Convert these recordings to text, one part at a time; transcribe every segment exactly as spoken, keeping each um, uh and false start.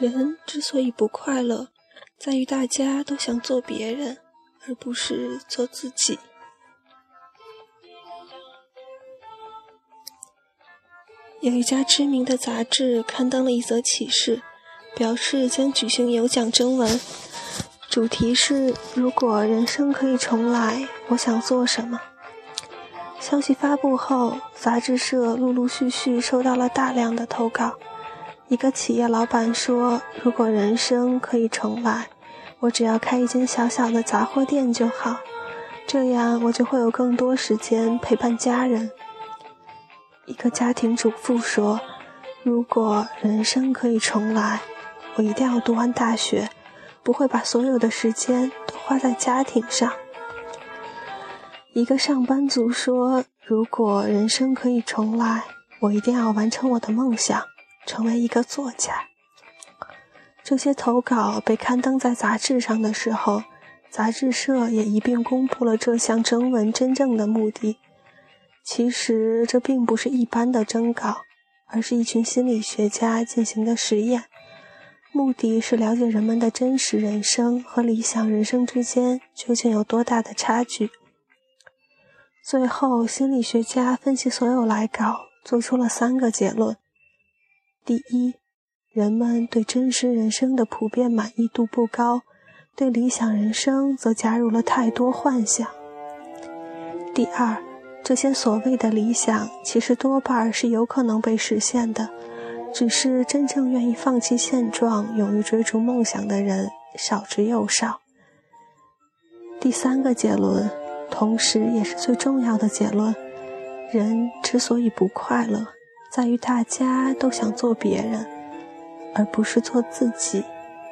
人之所以不快乐，在于大家都想做别人，而不是做自己。有一家知名的杂志刊登了一则启事，表示将举行有奖征文，主题是如果人生可以重来，我想做什么。消息发布后，杂志社陆陆续续收到了大量的投稿。一个企业老板说，如果人生可以重来，我只要开一间小小的杂货店就好，这样我就会有更多时间陪伴家人。一个家庭主妇说，如果人生可以重来，我一定要读完大学，不会把所有的时间都花在家庭上。一个上班族说，如果人生可以重来，我一定要完成我的梦想，成为一个作家。这些投稿被刊登在杂志上的时候，杂志社也一并公布了这项征文真正的目的。其实这并不是一般的征稿，而是一群心理学家进行的实验，目的是了解人们的真实人生和理想人生之间究竟有多大的差距。最后，心理学家分析所有来稿，做出了三个结论。第一，人们对真实人生的普遍满意度不高，对理想人生则加入了太多幻想。第二，这些所谓的理想其实多半是有可能被实现的，只是真正愿意放弃现状，勇于追逐梦想的人少之又少。第三个结论，同时也是最重要的结论，人之所以不快乐，在于大家都想做别人，而不是做自己。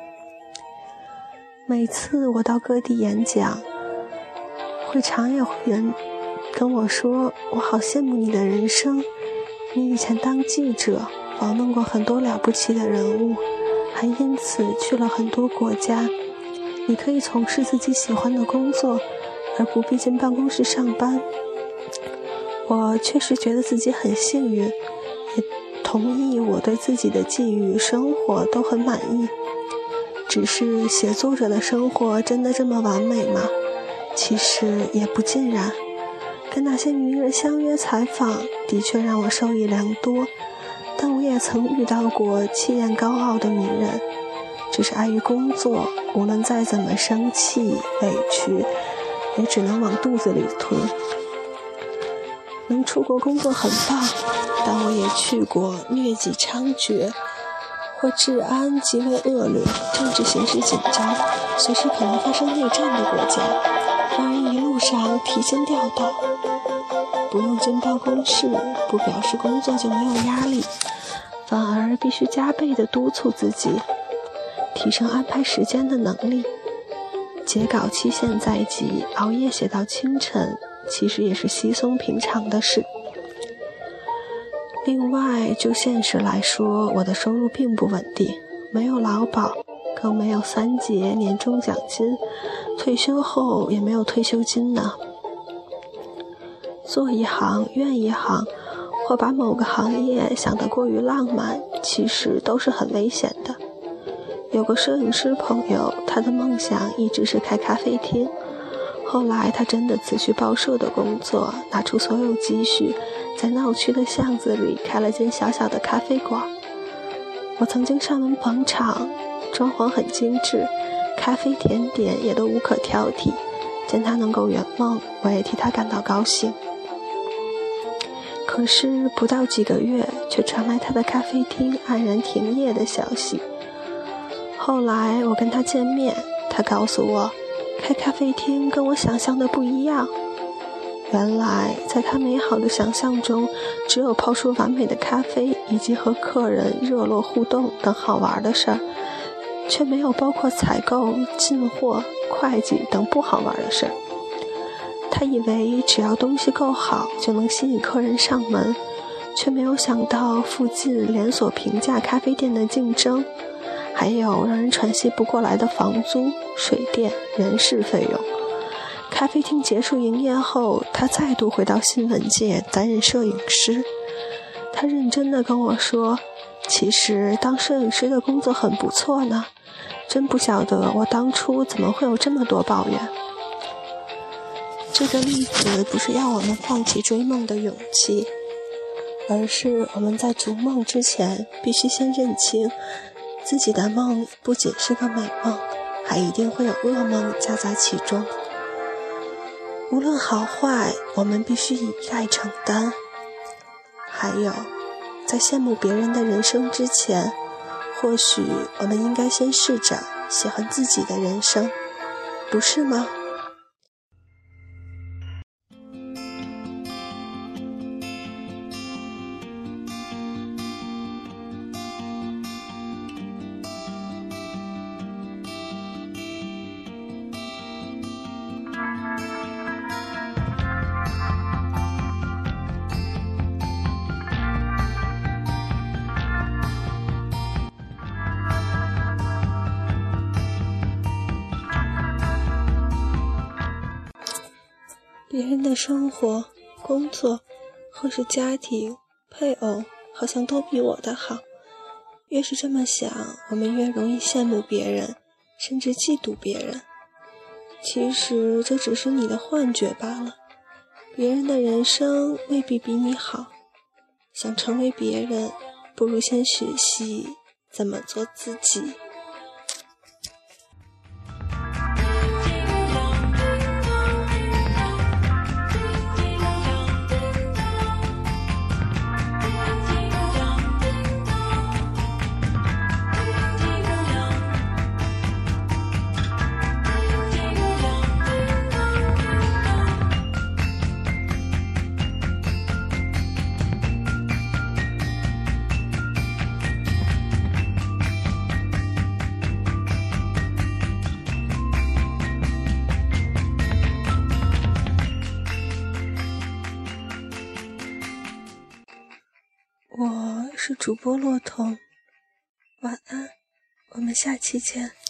每次我到各地演讲，会常有人跟我说，我好羡慕你的人生，你以前当记者，访问过很多了不起的人物，还因此去了很多国家，你可以从事自己喜欢的工作，而不必进办公室上班。我确实觉得自己很幸运，也同意我对自己的际遇生活都很满意。只是写作者的生活真的这么完美吗？其实也不尽然。跟那些名人相约采访，的确让我受益良多，但我也曾遇到过气焰高傲的名人，只是碍于工作，无论再怎么生气委屈，也只能往肚子里吞。能出国工作很棒，但我也去过疟疾猖獗或治安极为恶劣、政治形势紧张、随时可能发生内战的国家，让人一路上提心吊胆。不用进办公室，不表示工作就没有压力，反而必须加倍地督促自己，提升安排时间的能力。截稿期限在即，熬夜写到清晨，其实也是稀松平常的事。另外，就现实来说，我的收入并不稳定，没有劳保，更没有三节年终奖金，退休后也没有退休金呢。做一行怨一行，或把某个行业想得过于浪漫，其实都是很危险的。有个摄影师朋友，他的梦想一直是开咖啡厅，后来他真的辞去报社的工作，拿出所有积蓄，在闹区的巷子里开了间小小的咖啡馆。我曾经上门捧场，装潢很精致，咖啡甜点也都无可挑剔，见他能够圆梦，我也替他感到高兴。可是不到几个月，却传来他的咖啡厅黯然停业的消息。后来我跟他见面，他告诉我，开咖啡厅跟我想象的不一样。原来在他美好的想象中，只有泡出完美的咖啡以及和客人热络互动等好玩的事儿，却没有包括采购、进货、会计等不好玩的事儿。他以为只要东西够好就能吸引客人上门，却没有想到附近连锁平价咖啡店的竞争，还有让人喘息不过来的房租、水电、人事费用。咖啡厅结束营业后，他再度回到新闻界担任摄影师。他认真地跟我说， 其实当摄影师的工作很不错呢，真不晓得我当初怎么会有这么多抱怨。这个例子不是要我们放弃追梦的勇气，而是我们在逐梦之前必须先认清自己的梦不仅是个美梦，还一定会有噩梦夹杂其中。无论好坏，我们必须一概承担。还有，在羡慕别人的人生之前，或许我们应该先试着喜欢自己的人生，不是吗？别人的生活、工作或是家庭、配偶好像都比我的好。越是这么想，我们越容易羡慕别人，甚至嫉妒别人。其实这只是你的幻觉罢了，别人的人生未必比你好。想成为别人，不如先学习怎么做自己。我是主播骆童，晚安，我们下期见。